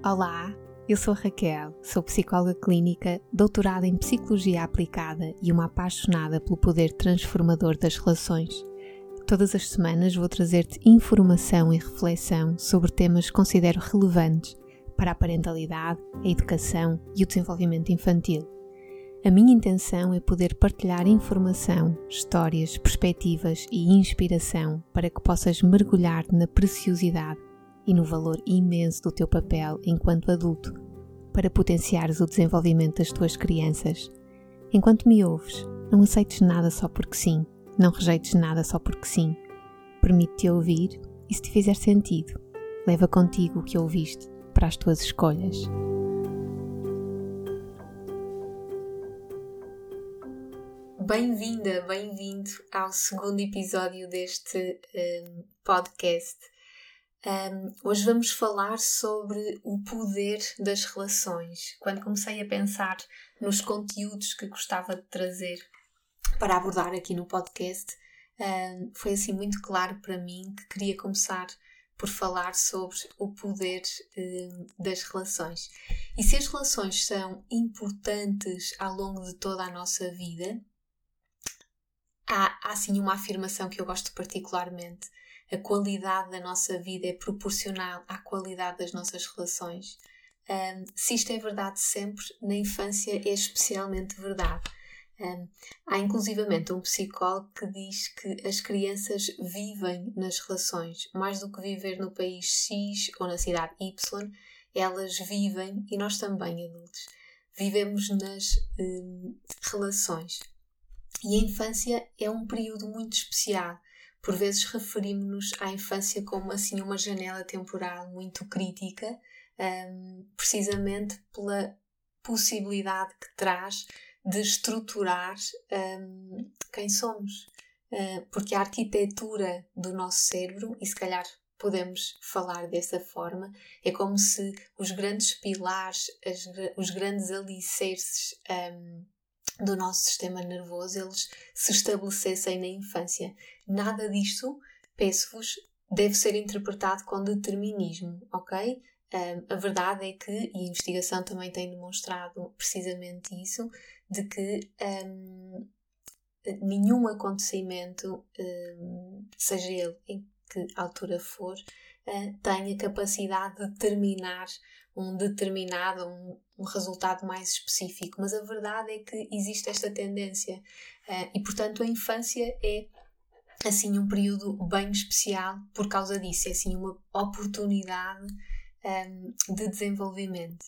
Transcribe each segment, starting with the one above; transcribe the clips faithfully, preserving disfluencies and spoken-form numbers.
Olá, eu sou a Raquel, sou psicóloga clínica, doutorada em Psicologia Aplicada e uma apaixonada pelo poder transformador das relações. Todas as semanas vou trazer-te informação e reflexão sobre temas que considero relevantes para a parentalidade, a educação e o desenvolvimento infantil. A minha intenção é poder partilhar informação, histórias, perspectivas e inspiração para que possas mergulhar na preciosidade e no valor imenso do teu papel enquanto adulto para potenciares o desenvolvimento das tuas crianças. Enquanto me ouves, não aceites nada só porque sim, não rejeites nada só porque sim. Permite-te ouvir e, se te fizer sentido, leva contigo o que ouviste para as tuas escolhas. Bem-vinda, bem-vindo ao segundo episódio deste um, podcast. Um, hoje vamos falar sobre o poder das relações. Quando comecei a pensar nos conteúdos que gostava de trazer para abordar aqui no podcast, um, foi assim muito claro para mim que queria começar por falar sobre o poder um, das relações. E se as relações são importantes ao longo de toda a nossa vida, há, há sim uma afirmação que eu gosto particularmente. A qualidade da nossa vida é proporcional à qualidade das nossas relações. Um, se isto é verdade sempre, na infância é especialmente verdade. Um, há inclusivamente um psicólogo que diz que as crianças vivem nas relações. Mais do que viver no país X ou na cidade Y, elas vivem, e nós também adultos, vivemos nas um, relações. E a infância é um período muito especial. Por vezes referimos-nos à infância como assim uma janela temporal muito crítica, um, precisamente pela possibilidade que traz de estruturar um, quem somos. Uh, porque a arquitetura do nosso cérebro, e se calhar podemos falar dessa forma, é como se os grandes pilares, as, os grandes alicerces um, do nosso sistema nervoso, eles se estabelecessem na infância. Nada disto, peço-vos, deve ser interpretado com determinismo, ok? Um, a verdade é que, e a investigação também tem demonstrado precisamente isso, de que um, nenhum acontecimento, um, seja ele em que altura for, uh, tem a capacidade de determinar um determinado, um, um resultado mais específico. Mas a verdade é que existe esta tendência uh, e, portanto, a infância é assim um período bem especial por causa disso. É assim uma oportunidade um, de desenvolvimento.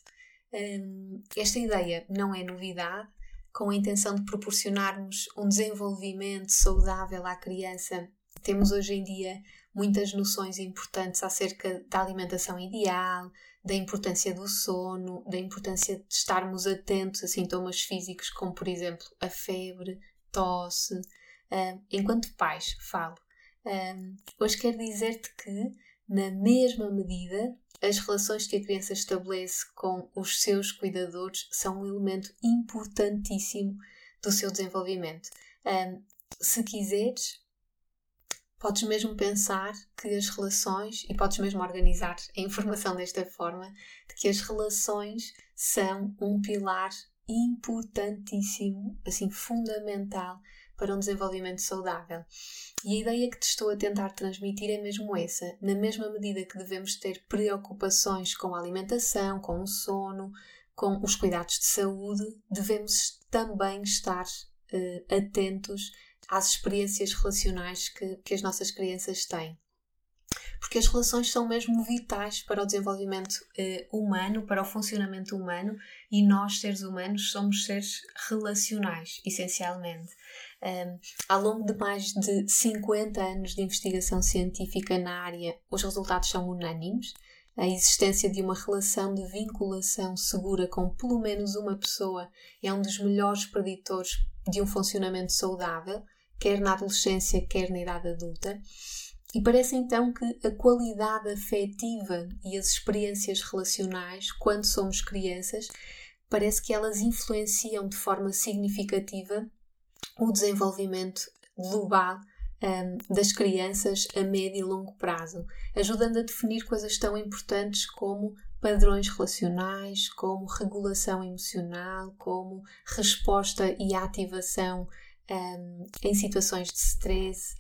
Um, esta ideia não é novidade. Com a intenção de proporcionarmos um desenvolvimento saudável à criança, temos hoje em dia muitas noções importantes acerca da alimentação ideal, da importância do sono, da importância de estarmos atentos a sintomas físicos como, por exemplo, a febre, tosse. Uh, enquanto pais, falo. Uh, hoje quero dizer-te que, na mesma medida, as relações que a criança estabelece com os seus cuidadores são um elemento importantíssimo do seu desenvolvimento. Uh, se quiseres, podes mesmo pensar que as relações, e podes mesmo organizar a informação desta forma, de que as relações são um pilar importantíssimo, assim, fundamental para um desenvolvimento saudável. E a ideia que te estou a tentar transmitir é mesmo essa. Na mesma medida que devemos ter preocupações com a alimentação, com o sono, com os cuidados de saúde, devemos também estar uh, atentos às experiências relacionais que, que as nossas crianças têm. Porque as relações são mesmo vitais para o desenvolvimento uh, humano, para o funcionamento humano, e nós, seres humanos, somos seres relacionais, essencialmente. Um, ao longo de mais de cinquenta anos de investigação científica na área, os resultados são unânimes. A existência de uma relação de vinculação segura com pelo menos uma pessoa é um dos melhores preditores de um funcionamento saudável, quer na adolescência, quer na idade adulta. E parece então que a qualidade afetiva e as experiências relacionais, quando somos crianças, parece que elas influenciam de forma significativa o desenvolvimento global um, das crianças a médio e longo prazo, ajudando a definir coisas tão importantes como padrões relacionais, como regulação emocional, como resposta e ativação um, em situações de stress.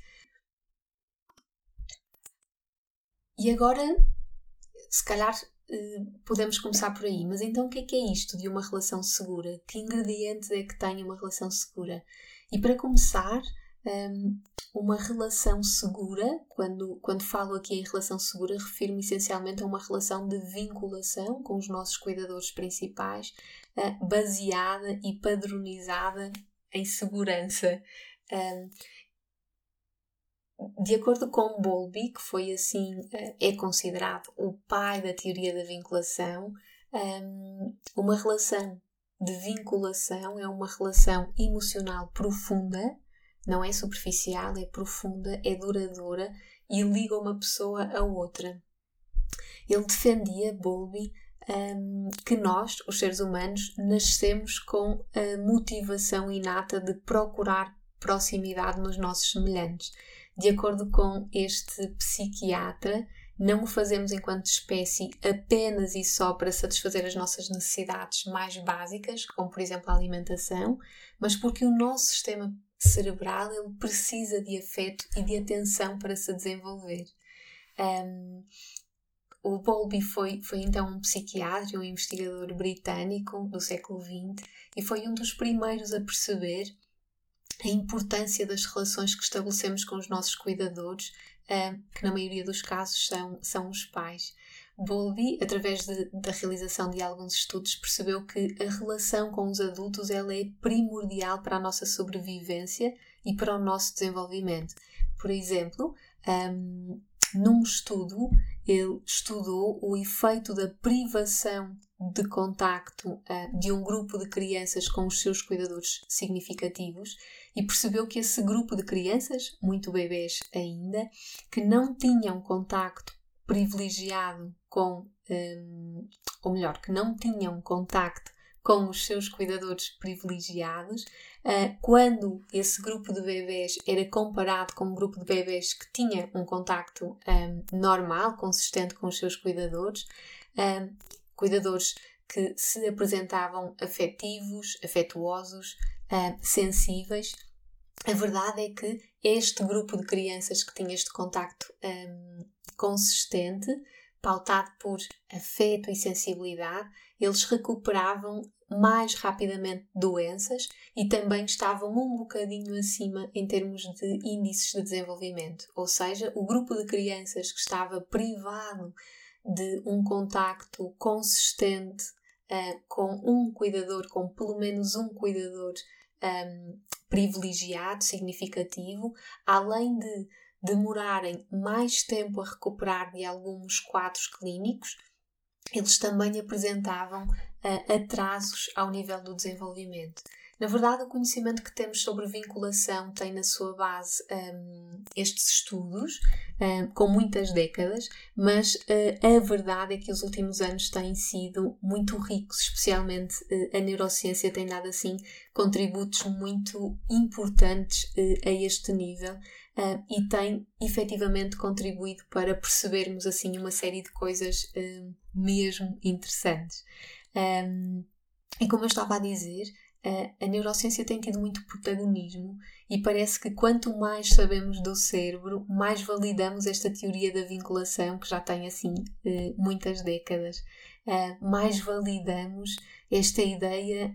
E agora, se calhar, podemos começar por aí. Mas então o que é que é isto de uma relação segura? Que ingredientes é que tem uma relação segura? E para começar, uma relação segura, quando, quando falo aqui em relação segura, refiro-me essencialmente a uma relação de vinculação com os nossos cuidadores principais, baseada e padronizada em segurança. De acordo com Bowlby, que foi assim, é considerado o pai da teoria da vinculação, uma relação de vinculação é uma relação emocional profunda, não é superficial, é profunda, é duradoura e liga uma pessoa a outra. Ele defendia, Bowlby, que nós, os seres humanos, nascemos com a motivação inata de procurar proximidade nos nossos semelhantes. De acordo com este psiquiatra, não o fazemos enquanto espécie apenas e só para satisfazer as nossas necessidades mais básicas, como por exemplo a alimentação, mas porque o nosso sistema cerebral ele precisa de afeto e de atenção para se desenvolver. Um, o Bowlby foi, foi então um psiquiatra, um investigador britânico do século vinte e foi um dos primeiros a perceber a importância das relações que estabelecemos com os nossos cuidadores, que na maioria dos casos são, são os pais. Bowlby, através de, da realização de alguns estudos, percebeu que a relação com os adultos ela é primordial para a nossa sobrevivência e para o nosso desenvolvimento. Por exemplo, um, num estudo, ele estudou o efeito da privação de contacto uh, de um grupo de crianças com os seus cuidadores significativos e percebeu que esse grupo de crianças, muito bebés ainda, que não tinham contacto privilegiado com, um, ou melhor, que não tinham contacto com os seus cuidadores privilegiados, uh, quando esse grupo de bebés era comparado com um grupo de bebés que tinha um contacto um, normal, consistente com os seus cuidadores, um, cuidadores que se apresentavam afetivos, afetuosos, uh, sensíveis, a verdade é que este grupo de crianças que tinha este contacto um, consistente, pautado por afeto e sensibilidade, eles recuperavam mais rapidamente doenças e também estavam um bocadinho acima em termos de índices de desenvolvimento. Ou seja, o grupo de crianças que estava privado de um contacto consistente uh, com um cuidador, com pelo menos um cuidador um, privilegiado, significativo, além de demorarem mais tempo a recuperar de alguns quadros clínicos, eles também apresentavam uh, atrasos ao nível do desenvolvimento. Na verdade, o conhecimento que temos sobre vinculação tem na sua base um, estes estudos, um, com muitas décadas, mas uh, a verdade é que os últimos anos têm sido muito ricos, especialmente uh, a neurociência tem dado assim contributos muito importantes uh, a este nível uh, e tem efetivamente contribuído para percebermos assim uma série de coisas uh, mesmo interessantes. Um, e como eu estava a dizer, a neurociência tem tido muito protagonismo e parece que quanto mais sabemos do cérebro, mais validamos esta teoria da vinculação, que já tem assim muitas décadas, mais validamos esta ideia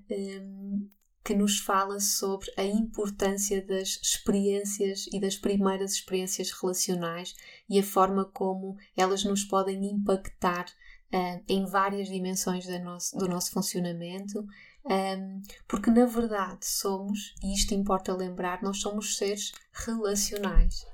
que nos fala sobre a importância das experiências e das primeiras experiências relacionais e a forma como elas nos podem impactar em várias dimensões do nosso, do nosso funcionamento. Um, porque na verdade somos, e isto importa lembrar, nós somos seres relacionais.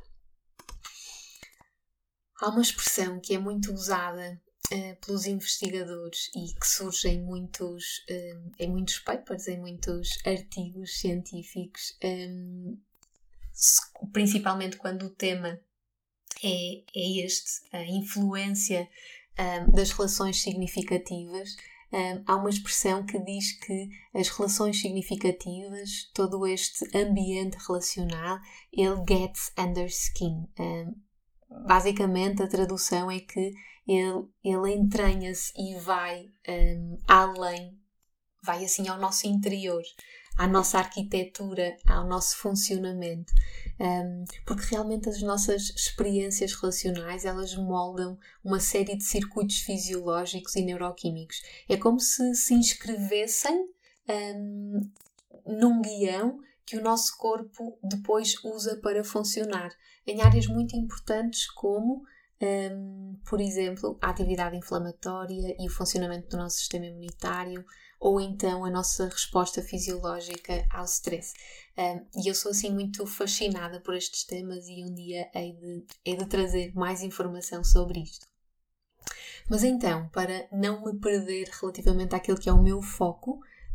Há uma expressão que é muito usada uh, pelos investigadores e que surge em muitos, um, em muitos papers, em muitos artigos científicos, um, principalmente quando o tema é, é este, a influência um, das relações significativas. Um, há uma expressão que diz que as relações significativas, todo este ambiente relacional, ele gets under skin. Um, basicamente, a tradução é que ele, ele entranha-se e vai um, além, vai assim ao nosso interior, à nossa arquitetura, ao nosso funcionamento. Um, porque realmente as nossas experiências relacionais, elas moldam uma série de circuitos fisiológicos e neuroquímicos. É como se se inscrevessem um, num guião que o nosso corpo depois usa para funcionar em áreas muito importantes como, um, por exemplo, a atividade inflamatória e o funcionamento do nosso sistema imunitário, ou então a nossa resposta fisiológica ao stress. Um, e eu sou assim muito fascinada por estes temas e um dia hei de, hei de trazer mais informação sobre isto. Mas então, para não me perder relativamente àquilo que é o meu foco,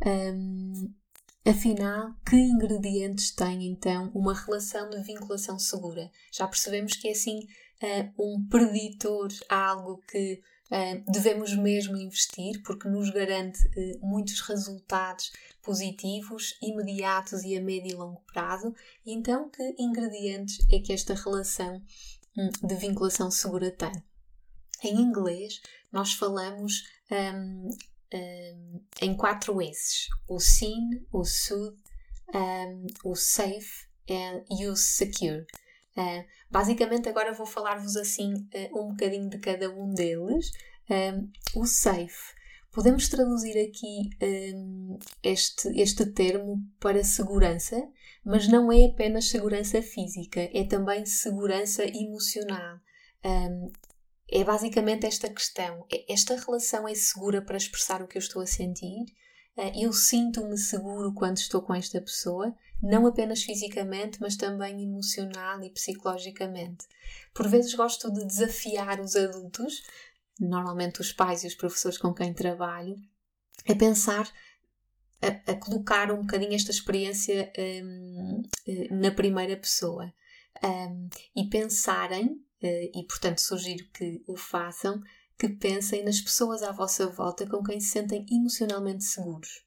um, afinal, que ingredientes tem então uma relação de vinculação segura? Já percebemos que é assim uh, um preditor a algo que uh, devemos mesmo investir, porque nos garante uh, muitos resultados positivos, imediatos e a médio e longo prazo. E então, que ingredientes é que esta relação um, de vinculação segura tem? Em inglês, nós falamos um, um, em quatro S's. O seen, o soothe, um, o safe and, e o secure. Uh, basicamente, agora vou falar-vos assim uh, um bocadinho de cada um deles. Um, o safe. Podemos traduzir aqui um, este, este termo para segurança, mas não é apenas segurança física, é também segurança emocional. Um, É basicamente esta questão. Esta relação é segura para expressar o que eu estou a sentir? Eu sinto-me seguro quando estou com esta pessoa, não apenas fisicamente, mas também emocional e psicologicamente. Por vezes gosto de desafiar os adultos, normalmente os pais e os professores com quem trabalho, a pensar, a, a colocar um bocadinho esta experiência um, na primeira pessoa um, e pensarem, e portanto sugiro que o façam, que pensem nas pessoas à vossa volta com quem se sentem emocionalmente seguros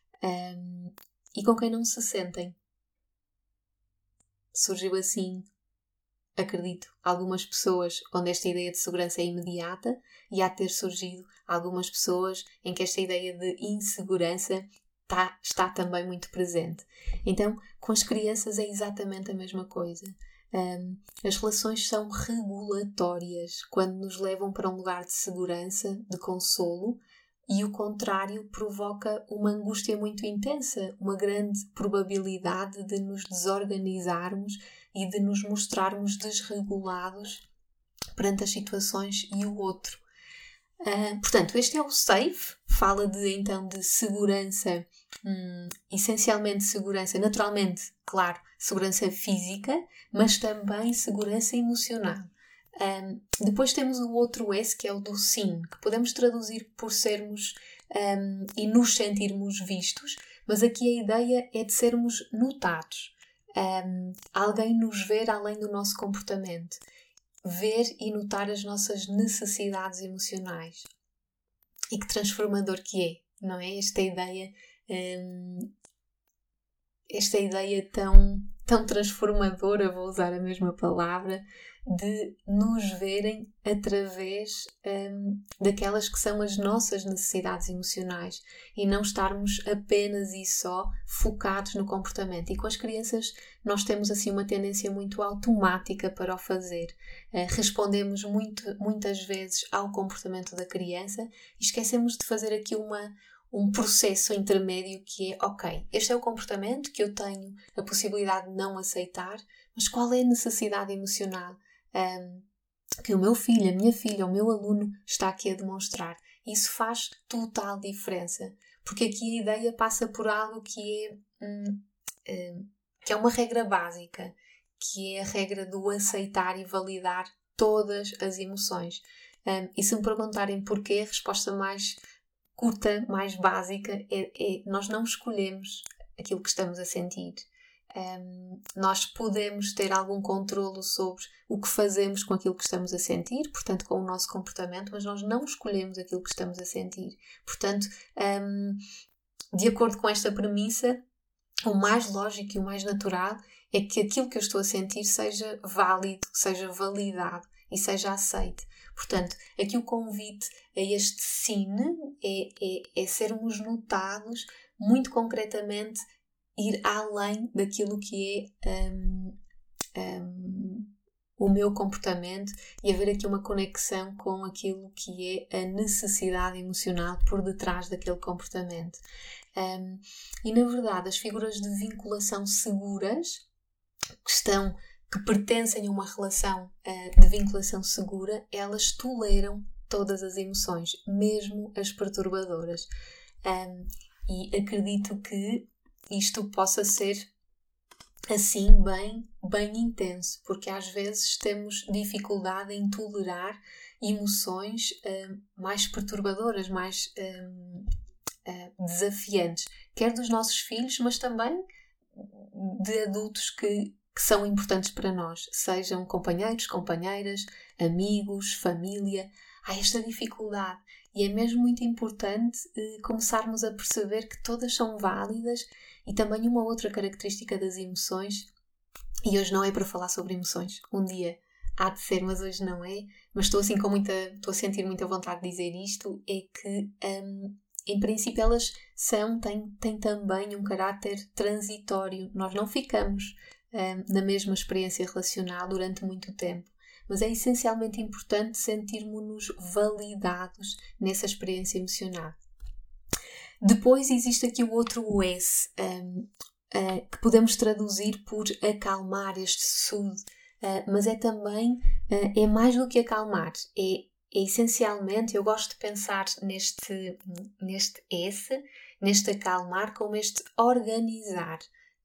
um, e com quem não se sentem. Surgiu assim, acredito, algumas pessoas onde esta ideia de segurança é imediata, e há de ter surgido algumas pessoas em que esta ideia de insegurança tá, está também muito presente. Então, com as crianças é exatamente a mesma coisa. Um, as relações são regulatórias quando nos levam para um lugar de segurança, de consolo, e o contrário provoca uma angústia muito intensa, uma grande probabilidade de nos desorganizarmos e de nos mostrarmos desregulados perante as situações e o outro. Uh, portanto, este é o safe, fala de, então de segurança, hum, essencialmente segurança, naturalmente, claro, segurança física, mas também segurança emocional. Um, depois temos o outro S, que é o do seen, que podemos traduzir por sermos um, e nos sentirmos vistos, mas aqui a ideia é de sermos notados. Um, alguém nos ver além do nosso comportamento. Ver e notar as nossas necessidades emocionais. E que transformador que é, não é? Esta ideia, hum, esta ideia tão, tão transformadora, vou usar a mesma palavra, de nos verem através hum, daquelas que são as nossas necessidades emocionais e não estarmos apenas e só focados no comportamento. E com as crianças nós temos assim uma tendência muito automática para o fazer. Uh, respondemos muito, muitas vezes ao comportamento da criança e esquecemos de fazer aqui uma, um processo intermédio que é, ok, este é o comportamento que eu tenho a possibilidade de não aceitar, mas qual é a necessidade emocional Um, que o meu filho, a minha filha, o meu aluno está aqui a demonstrar? Isso faz total diferença, porque aqui a ideia passa por algo que é, hum, hum, que é uma regra básica, que é a regra do aceitar e validar todas as emoções. Um, e se me perguntarem porquê, a resposta mais curta, mais básica, é, é nós não escolhemos aquilo que estamos a sentir. Um, nós podemos ter algum controlo sobre o que fazemos com aquilo que estamos a sentir, portanto com o nosso comportamento, mas nós não escolhemos aquilo que estamos a sentir. Portanto, um, de acordo com esta premissa, o mais lógico e o mais natural é que aquilo que eu estou a sentir seja válido, seja validado e seja aceite. Portanto, aqui o convite a este sim é, é, é sermos notados, muito concretamente, ir além daquilo que é um, um, o meu comportamento e haver aqui uma conexão com aquilo que é a necessidade emocional por detrás daquele comportamento. Um, e, na verdade, as figuras de vinculação seguras, que estão, que pertencem a uma relação uh, de vinculação segura, elas toleram todas as emoções, mesmo as perturbadoras. Um, e acredito que isto possa ser assim bem, bem intenso, porque às vezes temos dificuldade em tolerar emoções uh, mais perturbadoras, mais uh, uh, desafiantes, quer dos nossos filhos, mas também de adultos que, que são importantes para nós, sejam companheiros, companheiras, amigos, família. Há esta dificuldade e é mesmo muito importante uh, começarmos a perceber que todas são válidas. E também uma outra característica das emoções, e hoje não é para falar sobre emoções, um dia há de ser, mas hoje não é, mas estou assim com muita, estou a sentir muita vontade de dizer isto, é que um, em princípio elas são, têm, têm também um caráter transitório. Nós não ficamos um, na mesma experiência relacional durante muito tempo, mas é essencialmente importante sentirmos-nos validados nessa experiência emocional. Depois existe aqui o outro S, um, uh, que podemos traduzir por acalmar este soothe, uh, mas é também, uh, é mais do que acalmar, é, é essencialmente, eu gosto de pensar neste, neste S, neste acalmar, como este organizar,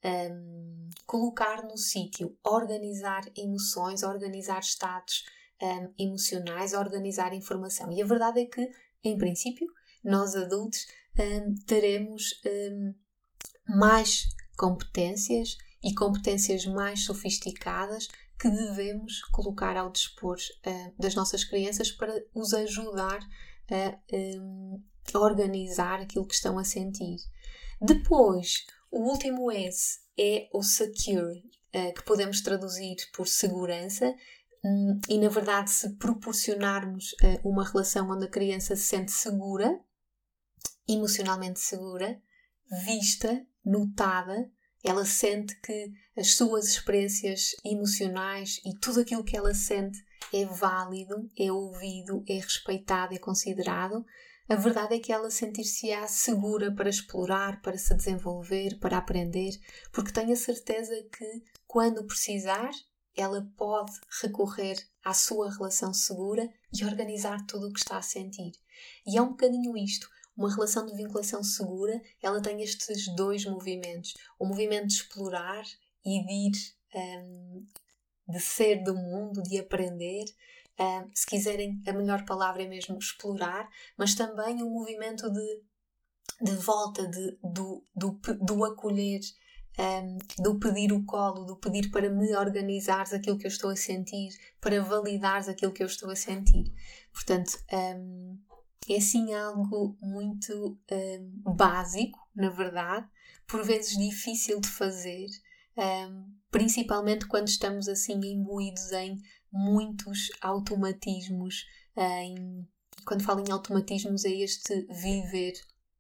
um, colocar no sítio, organizar emoções, organizar estados um, emocionais, organizar informação. E a verdade é que, em princípio, nós adultos Um, teremos um, mais competências e competências mais sofisticadas que devemos colocar ao dispor uh, das nossas crianças para os ajudar a, um, a organizar aquilo que estão a sentir. Depois, o último S é o secure, uh, que podemos traduzir por segurança. Um, e, na verdade, se proporcionarmos uh, uma relação onde a criança se sente segura, emocionalmente segura, vista, notada, ela sente que as suas experiências emocionais e tudo aquilo que ela sente é válido, é ouvido, é respeitado, é considerado. A verdade é que ela sentir-se-á segura para explorar, para se desenvolver, para aprender, porque tem a certeza que, quando precisar, ela pode recorrer à sua relação segura e organizar tudo o que está a sentir. E é um bocadinho isto. Uma relação de vinculação segura, ela tem estes dois movimentos. O movimento de explorar e de ir, um, de ser do mundo, de aprender. Um, se quiserem, a melhor palavra é mesmo explorar, mas também o movimento de, de volta, de, do, do, do acolher, um, do pedir o colo, do pedir para me organizares aquilo que eu estou a sentir, para validares aquilo que eu estou a sentir. Portanto, um, é assim algo muito um, básico, na verdade, por vezes difícil de fazer, um, principalmente quando estamos assim imbuídos em muitos automatismos. Em, quando falo em automatismos, é este viver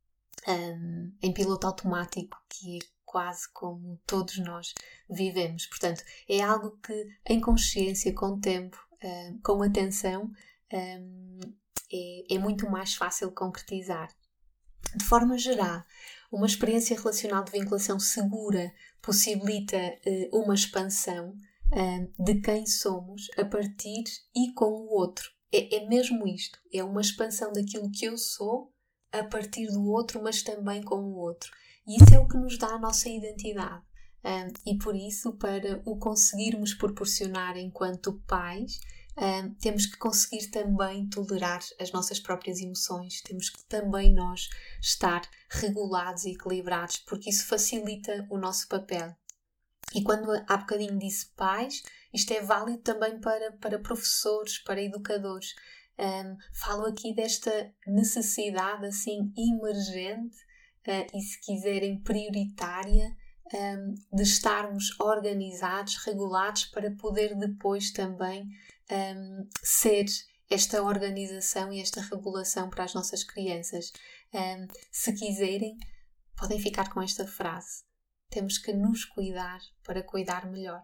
um, em piloto automático, que é quase como todos nós vivemos. Portanto, é algo que em consciência, com tempo, um, com atenção, um, É, é muito mais fácil concretizar. De forma geral, uma experiência relacional de vinculação segura possibilita eh, uma expansão eh, de quem somos a partir e com o outro. É, é mesmo isto. É uma expansão daquilo que eu sou a partir do outro, mas também com o outro. E isso é o que nos dá a nossa identidade. Um, e por isso, para o conseguirmos proporcionar enquanto pais, Um, temos que conseguir também tolerar as nossas próprias emoções, temos que também nós estar regulados e equilibrados, porque isso facilita o nosso papel. E quando há bocadinho disse pais, isto é válido também para, para professores, para educadores. Um, falo aqui desta necessidade assim emergente uh, e, se quiserem, prioritária, um, de estarmos organizados, regulados, para poder depois também um, ser esta organização e esta regulação para as nossas crianças. Um, se quiserem, podem ficar com esta frase: temos que nos cuidar para cuidar melhor.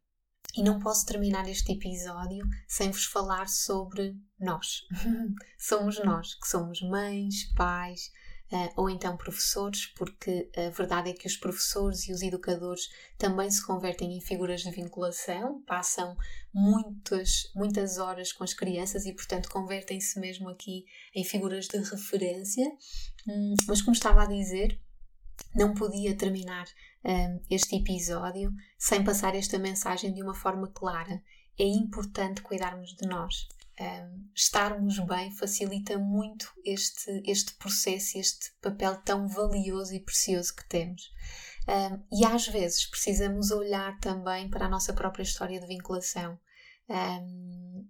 E não posso terminar este episódio sem vos falar sobre nós. Somos nós, que somos mães, pais, uh, ou então professores, porque a verdade é que os professores e os educadores também se convertem em figuras de vinculação, passam muitas, muitas horas com as crianças e, portanto, convertem-se mesmo aqui em figuras de referência. Hum, mas, como estava a dizer, não podia terminar um, este episódio sem passar esta mensagem de uma forma clara. É importante cuidarmos de nós. Um, estarmos bem facilita muito este, este processo, este papel tão valioso e precioso que temos. Um, e às vezes precisamos olhar também para a nossa própria história de vinculação. Um,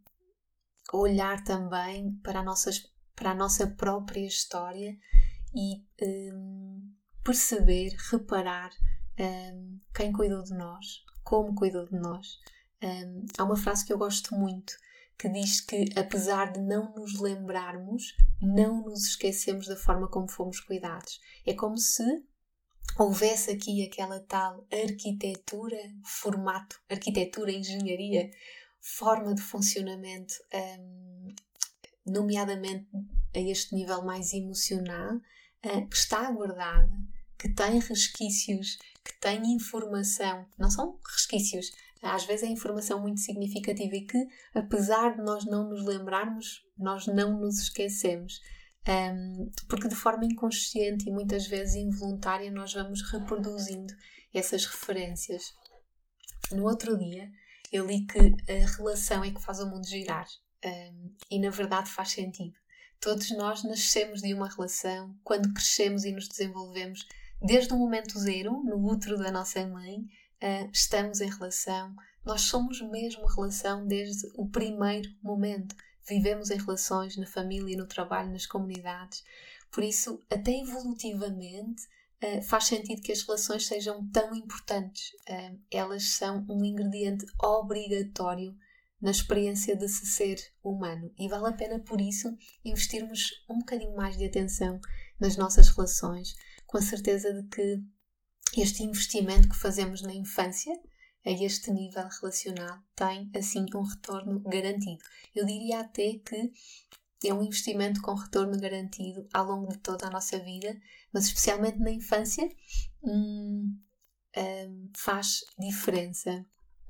olhar também para a nossa, para a nossa própria história e um, perceber, reparar um, quem cuidou de nós, como cuidou de nós. Um, há uma frase que eu gosto muito, que diz que, apesar de não nos lembrarmos, não nos esquecemos da forma como fomos cuidados. É como se houvesse aqui aquela tal arquitetura, formato, arquitetura, engenharia, forma de funcionamento, um, nomeadamente a este nível mais emocional, uh, que está guardada, que tem resquícios, que tem informação, não são resquícios, às vezes é informação muito significativa e que, apesar de nós não nos lembrarmos, nós não nos esquecemos. Um, porque de forma inconsciente e muitas vezes involuntária nós vamos reproduzindo essas referências. No outro dia eu li que a relação é que faz o mundo girar, um, e na verdade faz sentido. Todos nós nascemos de uma relação, quando crescemos e nos desenvolvemos, desde o momento zero, no útero da nossa mãe, uh, estamos em relação. Nós somos mesmo relação desde o primeiro momento. Vivemos em relações, na família, no trabalho, nas comunidades. Por isso, até evolutivamente, uh, faz sentido que as relações sejam tão importantes. Uh, elas são um ingrediente obrigatório na experiência de se ser humano. E vale a pena, por isso, investirmos um bocadinho mais de atenção nas nossas relações, com a certeza de que este investimento que fazemos na infância, a este nível relacional, tem assim um retorno garantido. Eu diria até que é um investimento com retorno garantido ao longo de toda a nossa vida, mas especialmente na infância hum, hum, faz diferença.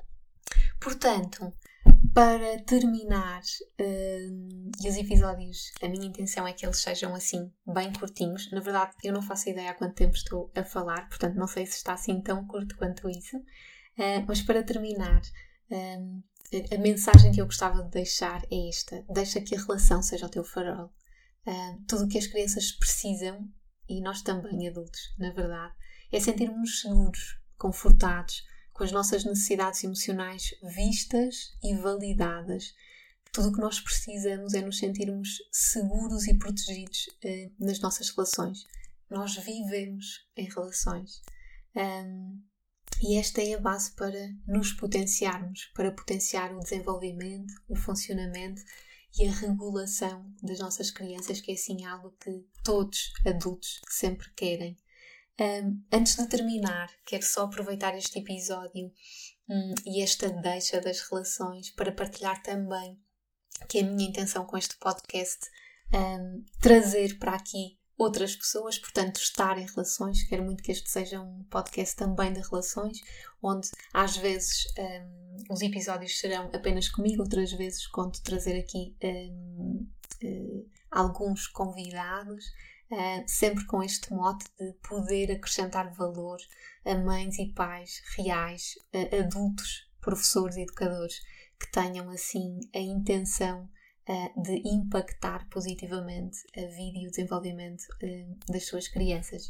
Portanto, para terminar, hum, e os episódios, a minha intenção é que eles sejam assim, bem curtinhos. Na verdade, eu não faço ideia há quanto tempo estou a falar, portanto não sei se está assim tão curto quanto isso. Uh, mas para terminar, um, a, a mensagem que eu gostava de deixar é esta: deixa que a relação seja o teu farol. Uh, tudo o que as crianças precisam, e nós também adultos, na verdade, é sentirmos seguros, confortados, com as nossas necessidades emocionais vistas e validadas. Tudo o que nós precisamos é nos sentirmos seguros e protegidos uh, nas nossas relações. Nós vivemos em relações. Um, E esta é a base para nos potenciarmos, para potenciar o desenvolvimento, o funcionamento e a regulação das nossas crianças, que é assim algo que todos adultos sempre querem. Um, antes de terminar, quero só aproveitar este episódio um, e esta deixa das relações para partilhar também que é a minha intenção com este podcast um, trazer para aqui outras pessoas, portanto estar em relações. Quero muito que este seja um podcast também de relações, onde às vezes um, os episódios serão apenas comigo, outras vezes conto trazer aqui um, uh, alguns convidados, uh, sempre com este mote de poder acrescentar valor a mães e pais reais, uh, adultos, professores e educadores que tenham assim a intenção Uh, de impactar positivamente a vida e o desenvolvimento uh, das suas crianças.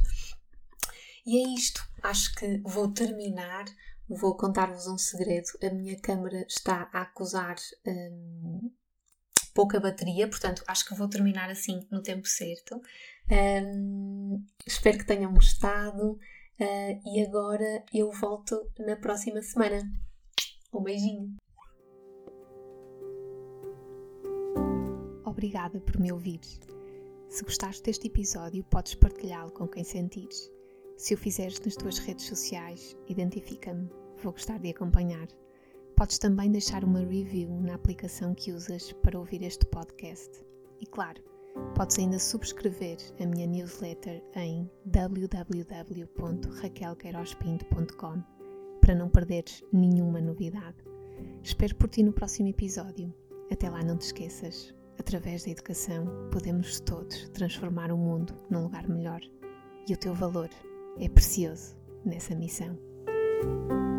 E é isto. Acho que vou terminar. Vou contar-vos um segredo. A minha câmara está a acusar um, pouca bateria, portanto acho que vou terminar assim no tempo certo. Um, espero que tenham gostado uh, e agora eu volto na próxima semana. Um beijinho! obrigada por me ouvires. Se gostaste deste episódio, podes partilhá-lo com quem sentires. Se o fizeres nas tuas redes sociais, identifica-me, vou gostar de acompanhar. Podes também deixar uma review na aplicação que usas para ouvir este podcast. E claro, podes ainda subscrever a minha newsletter em w w w ponto raquel queiroz pinto ponto com para não perderes nenhuma novidade. Espero por ti no próximo episódio. Até lá, não te esqueças, através da educação podemos todos transformar o mundo num lugar melhor. E o teu valor é precioso nessa missão.